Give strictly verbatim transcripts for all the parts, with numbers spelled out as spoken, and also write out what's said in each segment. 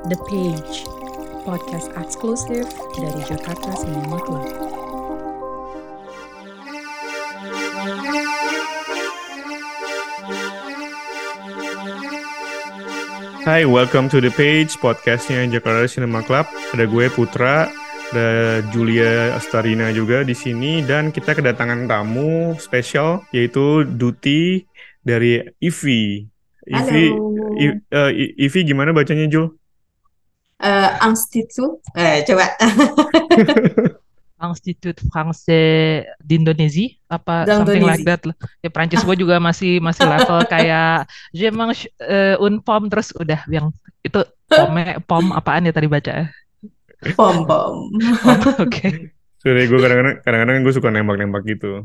The Page, podcast eksklusif dari Jakarta Cinema Club. Hai, welcome to The Page, podcastnya Jakarta Cinema Club. Ada gue Putra, ada Julia Astarina juga di sini, dan kita kedatangan tamu spesial yaitu Duty dari I V I. I V I, Halo. I, uh, I V I gimana bacanya, Jul? Uh, Institut, eh coba Institut Français d'Indonésie apa something like Indonesia. that lah. Ya Prancis gue juga masih masih level kayak je mange uh, un pomme terus udah yang itu pome pom apaan ya tadi baca? Pom pom. Pom, oke. Okay. Sorry, gue kadang-kadang kadang-kadang gue suka nembak-nembak gitu.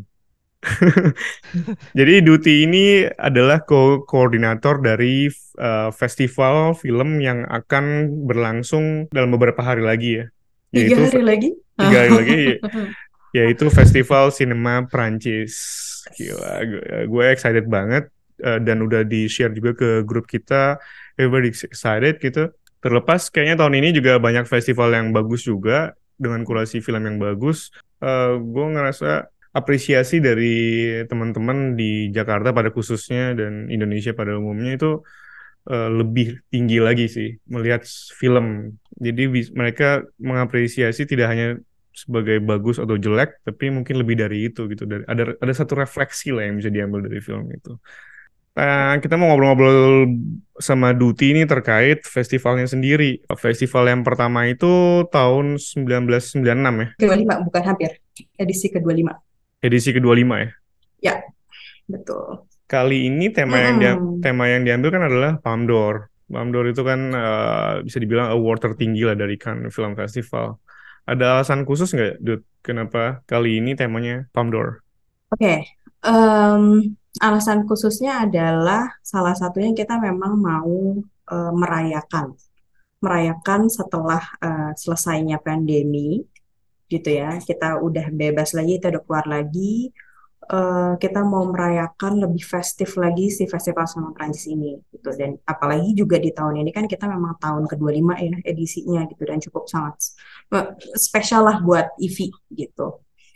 Jadi Duty ini adalah ko- koordinator dari uh, festival film yang akan berlangsung dalam beberapa hari lagi ya. Tiga Yaitu hari lagi? Tiga hari lagi, yaitu Festival Cinema Prancis. Gila, gue, gue excited banget uh, dan udah di-share juga ke grup kita. Everybody excited gitu. Terlepas kayaknya tahun ini juga banyak festival yang bagus juga dengan kurasi film yang bagus. Uh, gue ngerasa apresiasi dari teman-teman di Jakarta pada khususnya dan Indonesia pada umumnya itu uh, lebih tinggi lagi sih melihat film. Jadi bis- mereka mengapresiasi tidak hanya sebagai bagus atau jelek, tapi mungkin lebih dari itu gitu. Dari ada ada satu refleksi lah yang bisa diambil dari film itu. Nah, kita mau ngobrol-ngobrol sama Duty ini terkait festivalnya sendiri. Festival yang pertama itu tahun sembilan belas sembilan puluh enam ya. Kedua lima, bukan hampir. Edisi kedua lima. Edisi kedua puluh lima ya. Ya, betul. Kali ini tema yang dia, Mm-mm. tema yang diambil kan adalah Palme d'Or. Palme d'Or itu kan uh, bisa dibilang award tertinggi lah dari Cannes Film Festival. Ada alasan khusus nggak, Dut? Kenapa kali ini temanya Palme d'Or? Oke, em, alasan khususnya adalah salah satunya kita memang mau eh, merayakan, merayakan setelah eh, selesainya pandemi, gitu ya. Kita udah bebas lagi, kita udah keluar lagi. eh, kita mau merayakan lebih festif lagi si festival Cinema Prancis ini gitu, dan apalagi juga di tahun ini kan kita memang tahun kedua puluh lima ya edisinya gitu, dan cukup sangat eh, spesial lah buat I V I gitu.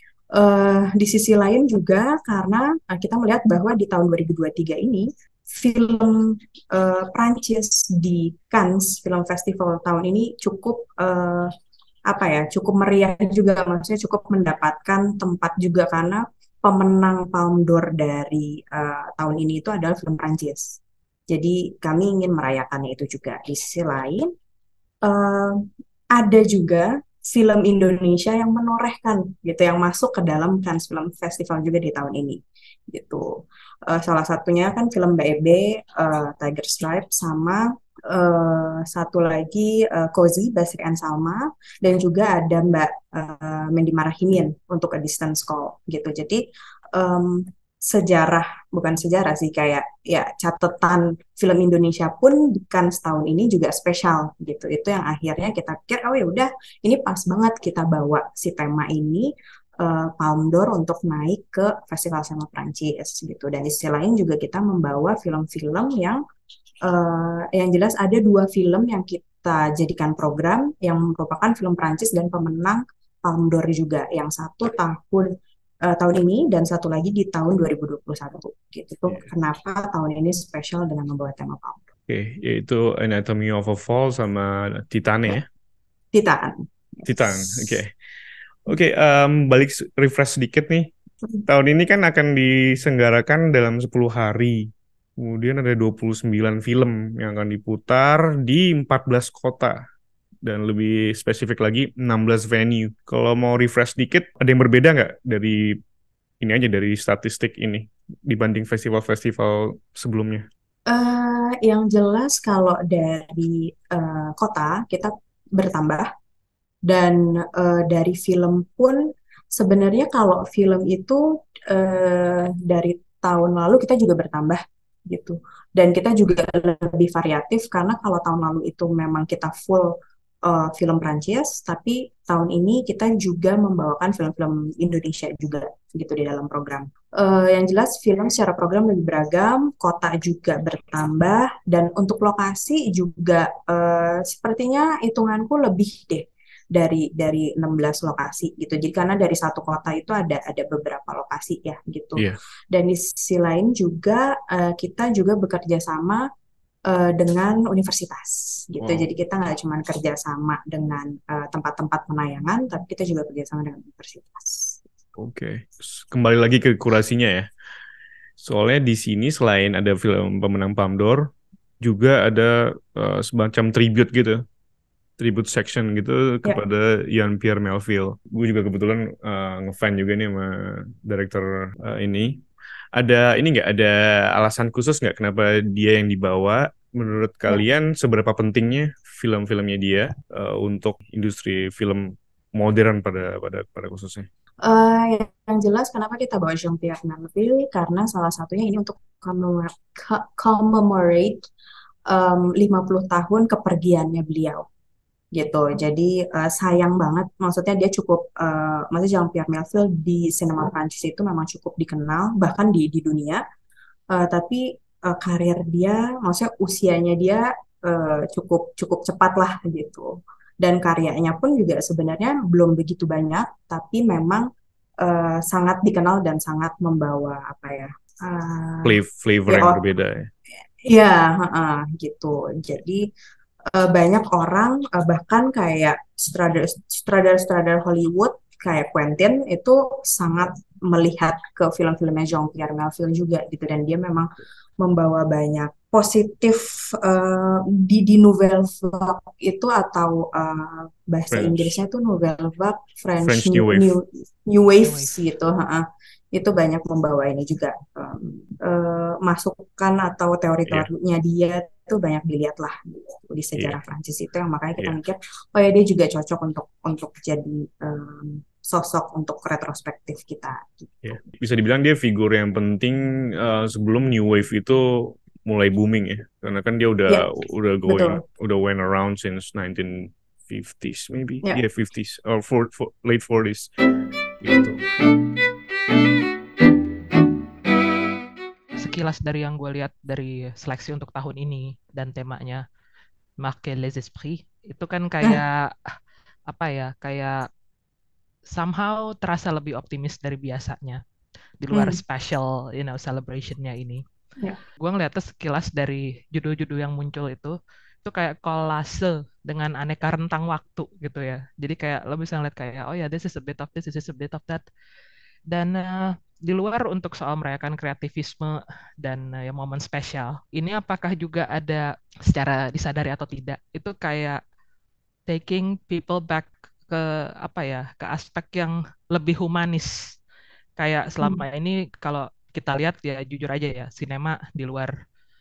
Eh, di sisi lain juga karena eh, kita melihat bahwa di tahun dua ribu dua puluh tiga ini film eh, Prancis di Cannes Film Festival tahun ini cukup eh, apa ya, cukup meriah juga, maksudnya cukup mendapatkan tempat juga karena pemenang Palme d'Or dari eh, tahun ini itu adalah film Prancis. Jadi kami ingin merayakannya itu juga. Di sisi lain eh, ada juga film Indonesia yang menorehkan gitu, yang masuk ke dalam Cannes Film Festival juga di tahun ini gitu. Eh, salah satunya kan film B E B, eh, Tiger Stripe, sama eh, satu lagi eh, Cozy, Basri and Salma, dan juga ada Mbak eh, Mendy Marahimin untuk A Distance Call gitu. Jadi em, sejarah, bukan sejarah sih, kayak ya catatan film Indonesia pun di Cannes tahun ini juga spesial gitu. Itu yang akhirnya kita pikir, oh ya udah, ini pas banget kita bawa si tema ini eh, Palme d'Or untuk naik ke Festival Cinema Prancis gitu. Dan di sisi lain juga kita membawa film-film yang eh, yang jelas ada dua film yang kita jadikan program yang merupakan film Prancis dan pemenang Palme d'Or juga. Yang satu tahun eh, tahun ini dan satu lagi di tahun dua ribu dua puluh satu gitu. Tuh Yeah. kenapa tahun ini spesial dengan membawa tema Palme d'Or. Oke, yaitu Anatomy of a Fall sama Titane ya. Titan. Titan, oke. Oke, em, balik s- refresh sedikit nih. Tahun ini kan akan diselenggarakan dalam sepuluh hari. Kemudian ada dua puluh sembilan film yang akan diputar di empat belas kota. Dan lebih spesifik lagi, enam belas venue. Kalau mau refresh sedikit, ada yang berbeda nggak dari ini aja, dari statistik ini dibanding festival-festival sebelumnya? Eh, yang jelas kalau dari eh, kota kita bertambah, dan eh, dari film pun sebenarnya kalau film itu eh, dari tahun lalu kita juga bertambah gitu, dan kita juga lebih variatif karena kalau tahun lalu itu memang kita full uh, film Prancis, tapi tahun ini kita juga membawakan film-film Indonesia juga gitu di dalam program. Uh, yang jelas film secara program lebih beragam, kota juga bertambah, dan untuk lokasi juga uh, sepertinya hitunganku lebih deh dari dari enam belas lokasi gitu. Jadi karena dari satu kota itu ada ada beberapa lokasi ya gitu. Iya. Dan di sisi lain juga uh, kita juga bekerja sama uh, dengan universitas gitu. Wow. Jadi kita nggak cuma kerja sama dengan uh, tempat-tempat penayangan, tapi kita juga kerja sama dengan universitas. Oke, okay. Kembali lagi ke kurasinya ya. Soalnya di sini selain ada film pemenang Palme d'Or, juga ada uh, semacam tribute gitu. Tribute section gitu kepada yeah. Jean-Pierre Melville. Gue juga kebetulan uh, ngefan juga nih sama director uh, ini. Ada ini nggak? Ada alasan khusus nggak kenapa dia yang dibawa? Menurut kalian yeah. seberapa pentingnya film-filmnya dia uh, untuk industri film modern pada pada pada khususnya? Uh, yang jelas kenapa kita bawa Jean-Pierre Melville karena salah satunya ini untuk commemorate um, lima puluh tahun kepergiannya beliau. Gitu, jadi uh, sayang banget, maksudnya dia cukup, uh, maksudnya Jean-Pierre Melville di sinema Prancis itu memang cukup dikenal, bahkan di di dunia, uh, tapi uh, karir dia, maksudnya usianya dia uh, cukup cukup cepat lah gitu, dan karyanya pun juga sebenarnya belum begitu banyak, tapi memang uh, sangat dikenal dan sangat membawa apa ya, uh, flavor ya, yang berbeda ya. Iya, uh, gitu, jadi Uh, banyak orang uh, bahkan kayak sutradara-sutradara Hollywood kayak Quentin itu sangat melihat ke film-filmnya Jean-Pierre Melville juga gitu, dan dia memang membawa banyak positif uh, di di nouvelle vague itu atau uh, bahasa French. Inggrisnya itu nouvelle vague French, French new, new wave, new, new waves gitu, uh, itu banyak membawa ini juga um, uh, masukan atau teori-teorinya yeah. dia itu banyak dilihat lah gitu, di sejarah yeah. Prancis itu yang makanya kita yeah. mikir oh ya dia juga cocok untuk untuk jadi um, sosok untuk retrospektif kita gitu. Yeah. Bisa dibilang dia figur yang penting uh, sebelum new wave itu mulai booming ya, karena kan dia udah yeah. udah going Betul. udah went around since nineteen fifties maybe yeah, yeah fifties or for, for, late forties gitu. Sekilas dari yang gue lihat dari seleksi untuk tahun ini dan temanya Marquer les esprits itu kan kayak eh. apa ya kayak somehow terasa lebih optimis dari biasanya di luar hmm. special you know celebrationnya ini. Yeah. Gue ngeliatnya sekilas dari judul-judul yang muncul itu itu kayak kolase dengan aneka rentang waktu gitu ya. Jadi kayak lo bisa ngeliat kayak oh ya yeah, this is a bit of this, this is a bit of that. Dan uh, di luar untuk soal merayakan kreativisme dan uh, ya momen spesial, ini apakah juga ada secara disadari atau tidak, itu kayak taking people back ke apa ya, ke aspek yang lebih humanis. Kayak selama hmm. ini kalau kita lihat ya jujur aja ya, sinema di luar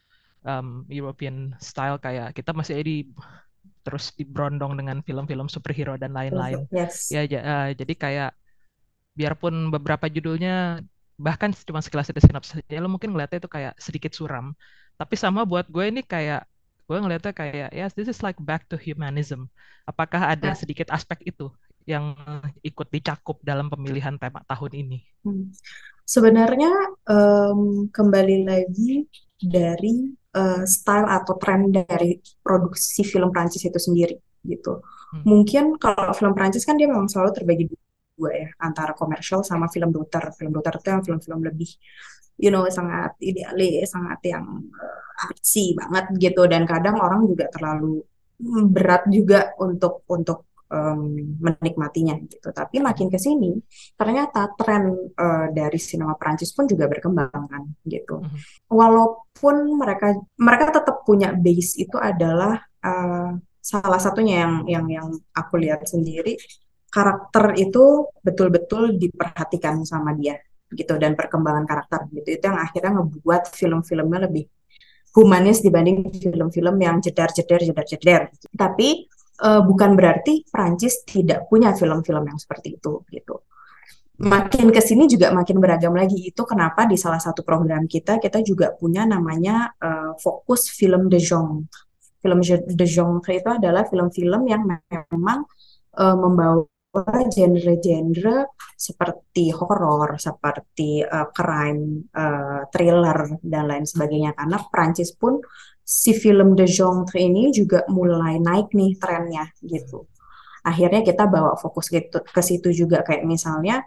um, European style kayak kita masih di terus diberondong dengan film-film superhero dan lain-lain. Yes. Ya uh, jadi kayak biarpun beberapa judulnya bahkan cuma sekilas itu sinopsis ya lo mungkin ngeliatnya itu kayak sedikit suram, tapi sama buat gue ini kayak gue ngeliatnya kayak yes this is like back to humanism. Apakah ada sedikit aspek itu yang ikut dicakup dalam pemilihan tema tahun ini? Hmm. Sebenarnya um, kembali lagi dari uh, style atau tren dari produksi film Prancis itu sendiri gitu. Hmm. Mungkin kalau film Prancis kan dia memang selalu terbagi dua ya, antara komersial sama film daughter. Film daughter itu yang film-film lebih, you know, sangat idealis, sangat yang uh, artsy banget gitu. Dan kadang orang juga terlalu berat juga untuk untuk um, menikmatinya gitu. Tapi makin kesini, ternyata tren uh, dari sinema Prancis pun juga berkembang kan gitu. Mm-hmm. Walaupun mereka mereka tetap punya base itu adalah uh, salah satunya yang yang yang aku lihat sendiri. Karakter itu betul-betul diperhatikan sama dia gitu, dan perkembangan karakter gitu itu yang akhirnya ngebuat film-filmnya lebih humanis dibanding film-film yang jedar-jedar jedar-jedar. Tapi uh, bukan berarti Prancis tidak punya film-film yang seperti itu gitu. Makin kesini juga makin beragam lagi. Itu kenapa di salah satu program kita kita juga punya namanya uh, fokus film de genre. film de genre itu adalah film-film yang memang uh, membawa genre-genre seperti horor, seperti uh, crime, uh, thriller, dan lain sebagainya. Karena Prancis pun si film de genre ini juga mulai naik nih trennya gitu. Akhirnya kita bawa fokus gitu, ke situ juga, kayak misalnya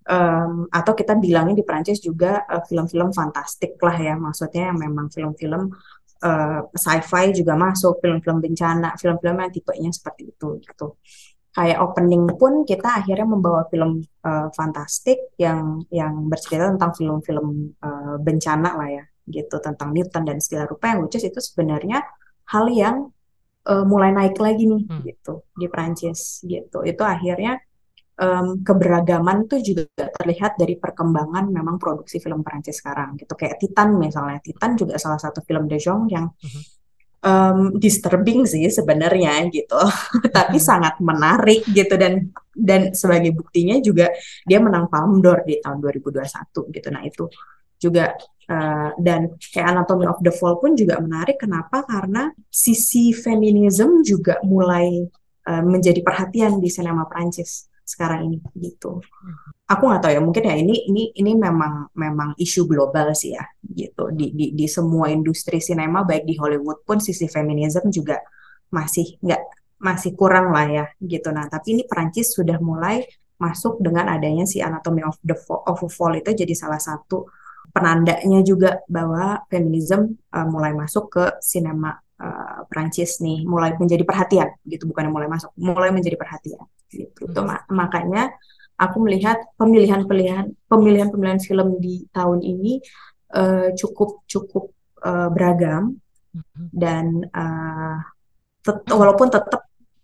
um, atau kita bilangnya di Prancis juga uh, film-film fantastik lah ya, maksudnya yang memang film-film uh, sci-fi juga masuk, film-film bencana, film-film yang tipenya seperti itu gitu. Kayak opening pun kita akhirnya membawa film uh, fantastik yang yang bercerita tentang film-film uh, bencana lah ya gitu, tentang Newton dan segala rupa, yang which is itu sebenarnya hal yang uh, mulai naik lagi nih Hmm. gitu di Prancis gitu. Itu akhirnya um, keberagaman tuh juga terlihat dari perkembangan memang produksi film Prancis sekarang gitu. Kayak Titan misalnya, Titan juga salah satu film de genre yang Mhm. um, disturbing sih sebenarnya gitu, tapi sangat menarik gitu, dan dan sebagai buktinya juga dia menang Palme d'Or di tahun dua ribu dua puluh satu gitu. Nah itu juga uh, dan kayak Anatomy of the Fall pun juga menarik. Kenapa? Karena sisi feminisme juga mulai uh, menjadi perhatian di sinema Prancis sekarang ini gitu. Aku nggak tahu ya, mungkin ya ini ini ini memang memang isu global sih ya gitu, di di di semua industri sinema, baik di Hollywood pun sisi feminisme juga masih nggak masih kurang lah ya gitu. Nah tapi ini Perancis sudah mulai masuk dengan adanya si Anatomy of the Fall, of a Fall itu jadi salah satu penandanya juga bahwa feminisme uh, mulai masuk ke sinema uh, Perancis nih, mulai menjadi perhatian gitu, bukan mulai masuk, mulai menjadi perhatian gitu. Itu Mhm. mak- makanya aku melihat pemilihan-pemilihan pemilihan-pemilihan film di tahun ini uh, cukup cukup uh, beragam, Mhm. dan uh, tet- walaupun tetap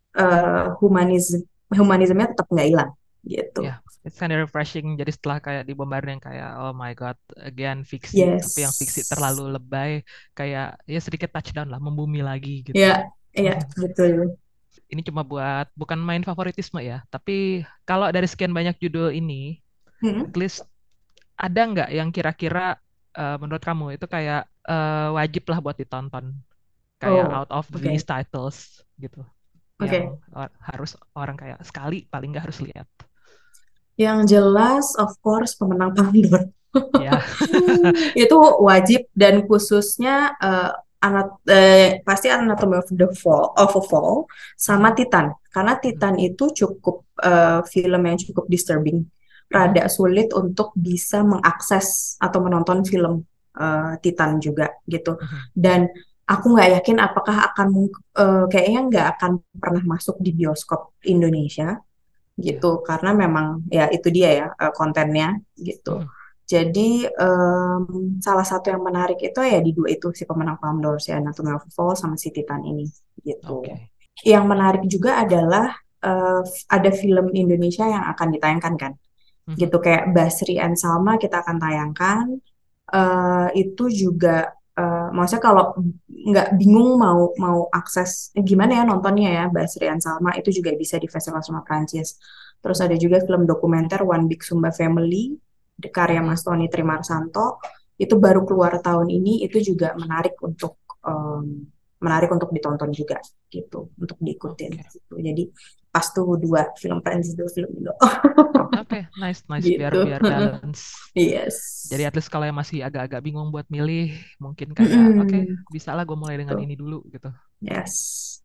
uh, humanisme humanismenya tetap nggak hilang gitu. Ya, it's kind of refreshing. Jadi setelah kayak dibombardir yang kayak oh my god, again fiksi, tapi yang fiksi Yes. terlalu lebay, kayak ya sedikit touchdown lah, membumi lagi gitu. Ya, ya betul. Ini cuma buat bukan main favoritisme ya, tapi kalau dari sekian banyak judul ini, Hmm. at least ada nggak yang kira-kira eh, menurut kamu itu kayak eh, wajib lah buat ditonton, kayak Oh, out of oke. these titles gitu, Oke. yang or- harus orang kayak sekali paling nggak harus lihat. Yang jelas, of course, pemenang Palme d'Or. Ya, Itu wajib, dan khususnya eh, anat- eh, pasti Anatomy of the Fall, of a Fall, sama Mhm. Titan. Karena Mhm. Titan itu cukup eh, film yang cukup disturbing. Mhm. Rada sulit untuk bisa mengakses atau menonton film eh, Titan juga gitu. Mhm. Dan aku nggak yakin apakah akan mung- eh, kayaknya nggak akan pernah masuk di bioskop Indonesia Ya. gitu, karena memang ya itu dia ya eh, kontennya gitu. Mhm. Jadi em, salah satu yang menarik itu ya di dua itu, si pemenang Palme d'Or, si Anatomy of a Fall sama si Titan ini gitu. Oke. Yang menarik juga adalah eh, f- ada film Indonesia yang akan ditayangkan kan Mhm. gitu, kayak Basri and Salma kita akan tayangkan. Eh, itu juga eh, maksudnya kalau nggak bingung mau mau akses eh, gimana ya nontonnya ya, Basri and Salma itu juga bisa di Festival Cinema Prancis. Terus ada juga film dokumenter One Big Sumba Family karya Mhm. Mas Tony Trimarsanto, itu baru keluar tahun ini, itu juga menarik untuk em, menarik untuk ditonton juga gitu, untuk diikutin Oke. gitu. Jadi pas tuh dua film Prancis, dua film Indo. Oke, nice, nice. Biar Gitu. biar balance. Yes. Jadi at least kalau yang masih agak-agak bingung buat milih, mungkin kayak oke, Mm-mm. bisa lah gue mulai dengan Tuh. ini dulu gitu. Yes.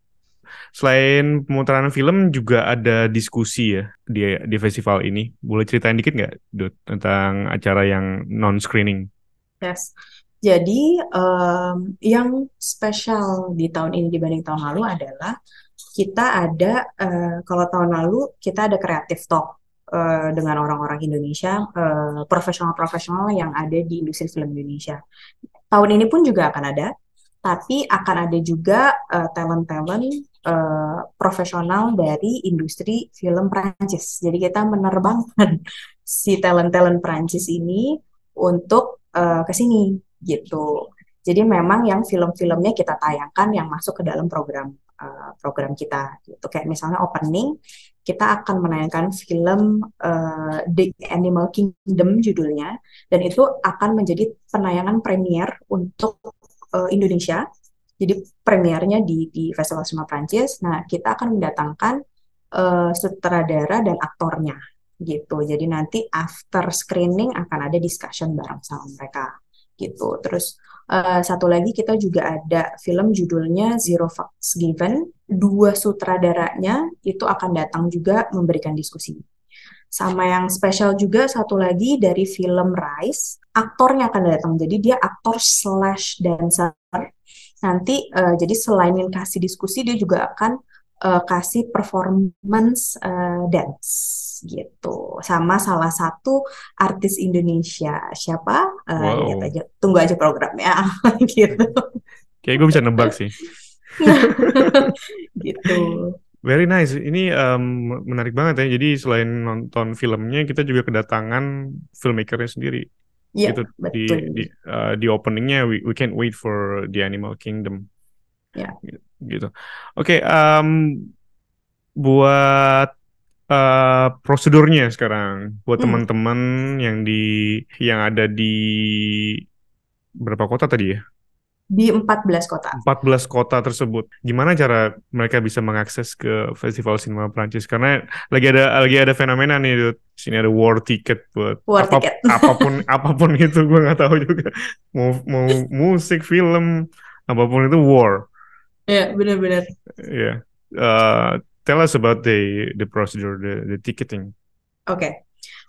Selain pemutaran film juga ada diskusi ya di di festival ini. Boleh ceritain dikit nggak, Dut, tentang acara yang non-screening? Yes. Jadi em, yang spesial di tahun ini dibanding tahun lalu adalah kita ada eh, kalau tahun lalu kita ada creative talk eh, dengan orang-orang Indonesia, eh, profesional-profesional yang ada di industri film Indonesia. Tahun ini pun juga akan ada, tapi akan ada juga eh, talent-talent eh, profesional dari industri film Prancis. Jadi kita menerbangkan si talent-talent Prancis ini untuk eh, ke sini gitu. Jadi memang yang film-filmnya kita tayangkan yang masuk ke dalam program eh, program kita gitu. Kayak misalnya opening kita akan menayangkan film eh, The Animal Kingdom judulnya, dan itu akan menjadi penayangan premier untuk eh, Indonesia Jadi premiernya di di Festival Cinema Prancis. Nah, kita akan mendatangkan uh, sutradara dan aktornya gitu. Jadi nanti after screening akan ada discussion bareng sama mereka gitu. Terus uh, satu lagi kita juga ada film judulnya Zero Fucks Given. Dua sutradaranya itu akan datang juga memberikan diskusi. Sama yang spesial juga satu lagi dari film Rise, aktornya akan datang. Jadi dia aktor slash dancer. Nanti uh, jadi selain kasih diskusi dia juga akan uh, kasih performance uh, dance gitu. Sama salah satu artis Indonesia. Siapa? Uh, lihat Wow. aja, tunggu aja programnya gitu. Kayak gue bisa nebak sih. Gitu. Very nice. Ini um, menarik banget ya. Jadi selain nonton filmnya, kita juga kedatangan filmmakernya sendiri. Iya, Gitu di betul. di uh, di openingnya, we we can't wait for the Animal Kingdom. Ya. Gitu. Oke, um, buat uh, prosedurnya sekarang, buat Hmm. teman-teman yang di yang ada di berapa kota tadi ya? Di empat belas kota. empat belas kota tersebut. Gimana cara mereka bisa mengakses ke Festival Cinema Prancis? Karena lagi ada lagi ada fenomena nih, Dut. Sini ada war ticket buat War apa, ticket. apapun apapun itu, gue nggak tahu juga. Mau mau musik, film, apapun itu war. Ya, benar-benar. Yeah. Uh, tell us about the the procedure, the the ticketing. Oke. Okay.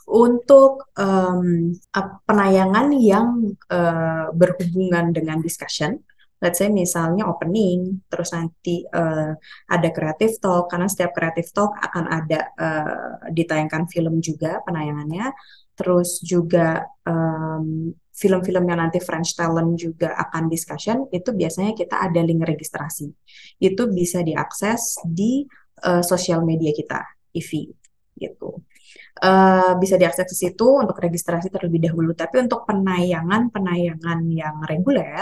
Untuk um, penayangan yang uh, berhubungan dengan discussion, let's say misalnya opening, terus nanti uh, ada creative talk, karena setiap creative talk akan ada uh, ditayangkan film juga penayangannya, terus juga um, film-film yang nanti French Talent juga akan discussion, itu biasanya kita ada link registrasi. Itu bisa diakses di uh, sosial media kita, I V, gitu. Uh, bisa diakses ke situ untuk registrasi terlebih dahulu. Tapi untuk penayangan-penayangan yang reguler,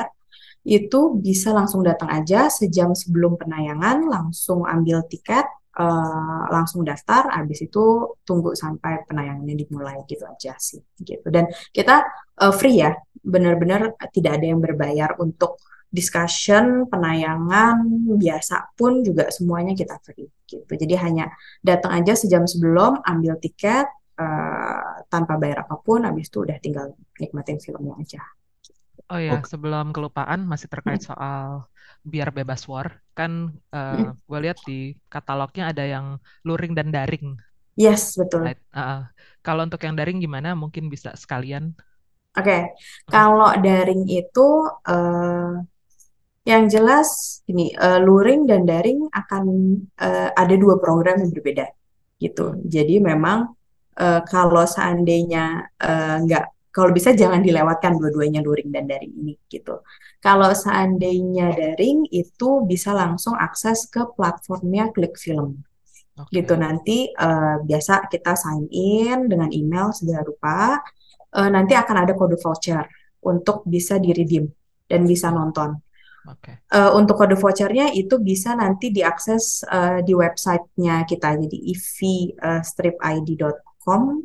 itu bisa langsung datang aja sejam sebelum penayangan, langsung ambil tiket, uh, langsung daftar, habis itu tunggu sampai penayangannya dimulai gitu aja sih. Gitu. Dan kita uh, free ya, benar-benar tidak ada yang berbayar untuk discussion, penayangan, biasa pun juga semuanya kita free gitu. Jadi hanya datang aja sejam sebelum, ambil tiket uh, tanpa bayar apapun, habis itu udah tinggal nikmatin filmnya aja. Oh ya, Oke. sebelum kelupaan masih terkait soal biar bebas war, kan uh, gue lihat di katalognya ada yang luring dan daring. Yes, betul. Right. Uh, kalau untuk yang daring gimana? Mungkin bisa sekalian. Oke, okay. Kalau daring itu uh, yang jelas ini uh, luring dan daring akan uh, ada dua program yang berbeda gitu. Hmm. Jadi memang uh, kalau seandainya uh, nggak, kalau bisa jangan dilewatkan dua-duanya luring dan daring ini gitu. Kalau seandainya daring itu bisa langsung akses ke platformnya Klik Film. Okay. Gitu nanti uh, biasa kita sign in dengan email segala rupa. Uh, nanti akan ada kode voucher untuk bisa di-redeem dan bisa oh. nonton. Okay. Uh, untuk kode vouchernya itu bisa nanti diakses uh, di websitenya kita, jadi i v strip i d dot com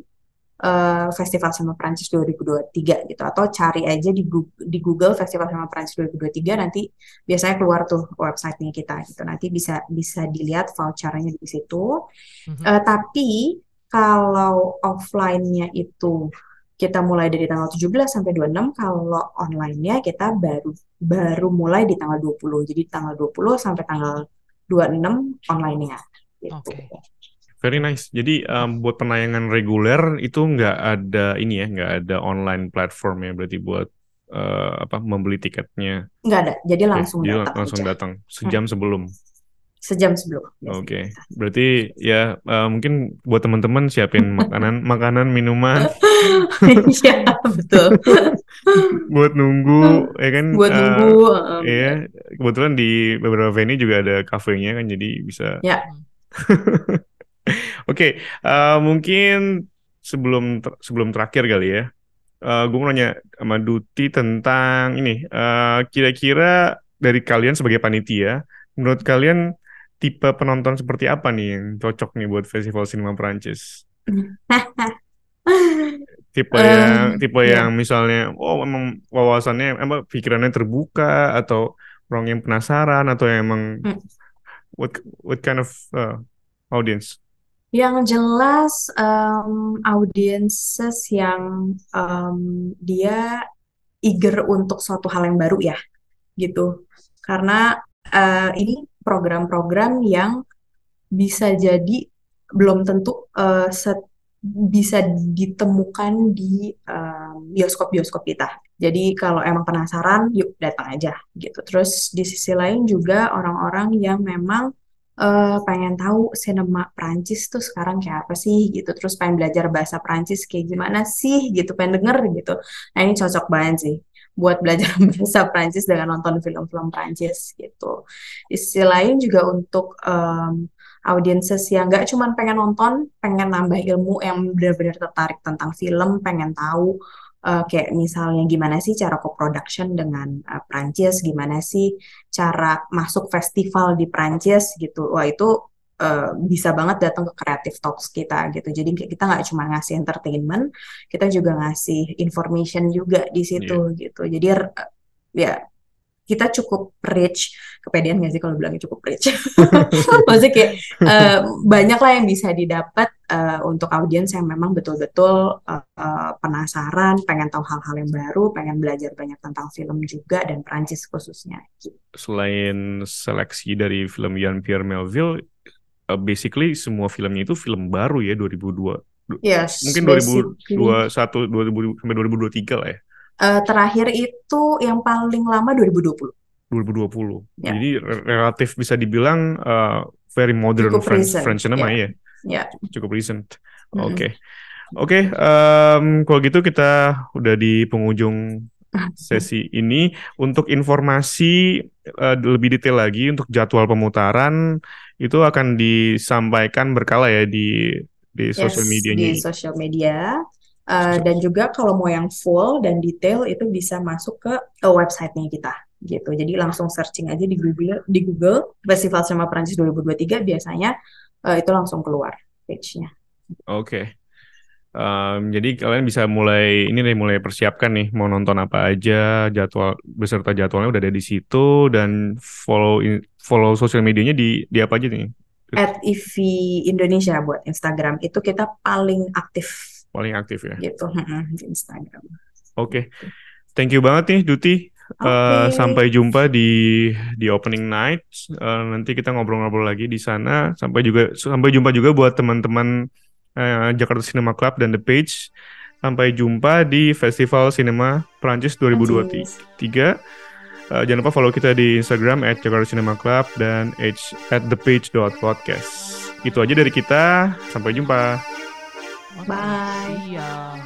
uh, Festival Cinema Prancis dua ribu dua puluh tiga gitu, atau cari aja di Google, di Google Festival Cinema Prancis dua ribu dua puluh tiga, nanti biasanya keluar tuh websitenya kita gitu, nanti bisa bisa dilihat vouchernya di situ. Mm-hmm. Uh, tapi kalau offline-nya itu kita mulai dari tanggal tujuh belas sampai dua puluh enam, kalau online-nya kita baru baru mulai di tanggal dua puluh. Jadi tanggal dua puluh sampai tanggal dua puluh enam online-nya gitu. Oke. Okay. Very nice. Jadi um, buat penayangan reguler itu nggak ada ini ya, nggak ada online platform ya, berarti buat uh, apa membeli tiketnya? Nggak ada. Jadi langsung okay. datang. Langsung aja. datang sejam hmm. sebelum. Sejam sebelum. Oke, okay. Berarti ya uh, mungkin buat teman-teman siapin makanan, makanan, minuman. Iya betul. Buat nunggu, ya kan? Buat uh, nunggu. Um, ya, kebetulan di beberapa venue juga ada kafenya kan, jadi bisa. Ya. Oke, okay. uh, mungkin sebelum ter- sebelum terakhir kali ya, uh, gue mau nanya sama Duti tentang ini. Uh, kira-kira dari kalian sebagai panitia, menurut kalian tipe penonton seperti apa nih yang cocok nih buat Festival Cinema Prancis? Tipe um, yang tipe yeah. yang misalnya, oh emang wawasannya, emang pikirannya terbuka, atau orang yang penasaran atau yang emang Hmm. what what kind of uh, audience? Yang jelas um, audiences yang um, dia eager untuk suatu hal yang baru ya, gitu. Karena uh, ini program-program yang bisa jadi belum tentu uh, set- bisa ditemukan di um, bioskop-bioskop kita. Jadi kalau emang penasaran, yuk datang aja gitu. Terus di sisi lain juga orang-orang yang memang uh, pengen tahu sinema Prancis tuh sekarang kayak apa sih gitu. Terus pengen belajar bahasa Prancis kayak gimana sih gitu, pengen denger gitu. Nah ini cocok banget sih buat belajar bahasa Prancis dengan nonton film-film Prancis gitu. Di sisi lain juga untuk um, audiences yang nggak cuma pengen nonton, pengen nambah ilmu yang benar-benar tertarik tentang film, pengen tahu uh, kayak misalnya gimana sih cara co-production dengan uh, Prancis, gimana sih cara masuk festival di Prancis gitu. Wah itu uh, bisa banget datang ke Creative Talks kita gitu. Jadi kita nggak cuma ngasih entertainment, kita juga ngasih information juga di situ Iya. gitu. Jadi uh, ya kita cukup rich, kepedean nggak sih kalau bilangnya cukup rich? Maksudnya kayak eh, banyak lah yang bisa didapat eh, untuk audiens yang memang betul-betul eh, eh, penasaran, pengen tahu hal-hal yang baru, pengen belajar banyak tentang film juga dan Prancis khususnya. Gitu. Selain seleksi dari film Jean-Pierre Melville, uh, basically semua filmnya itu film baru ya dua ribu dua. Du- Yes, Mungkin dua ribu basically dua puluh satu dua ribu sampai dua ribu dua puluh tiga lah ya. eh, terakhir itu yang paling lama dua ribu dua puluh. dua ribu dua puluh. Ya, Jadi re- relatif bisa dibilang uh, very modern cukup French recent. French cinema Ya, ya. ya. Cukup recent. Mm-mm. Oke. Oke, em, kalau gitu kita udah di penghujung sesi ini. Untuk informasi eh, lebih detail lagi untuk jadwal pemutaran itu akan disampaikan berkala ya di di sosial Yes, medianya. di sosial media. Uh, dan juga kalau mau yang full dan detail itu bisa masuk ke uh, website-nya kita gitu. Jadi langsung searching aja di Google di Google Festival Cinema Prancis dua ribu dua puluh tiga biasanya uh, itu langsung keluar page-nya. Oke. Em, jadi kalian bisa mulai ini nih mulai persiapkan nih mau nonton apa aja, jadwal beserta jadwalnya udah ada di situ, dan follow in- follow sosial medianya di di apa aja nih? At I V Indonesia buat Instagram itu kita paling aktif Paling aktif ya. gitu mm-mm, di Instagram. Oke. Gitu. Thank you banget nih Duti. Oke. Eh, sampai jumpa di di opening night. Eh, nanti kita ngobrol-ngobrol lagi di sana. Sampai juga sampai jumpa juga buat teman-teman eh, Jakarta Cinema Club dan The Page. Sampai jumpa di Festival Cinema Prancis dua ribu dua puluh tiga. Prancis. Eh, jangan lupa follow kita di Instagram at Jakarta Cinema Club dan h at thepage dot podcast. Itu aja dari kita. Sampai jumpa. Oke, Bye. see ya.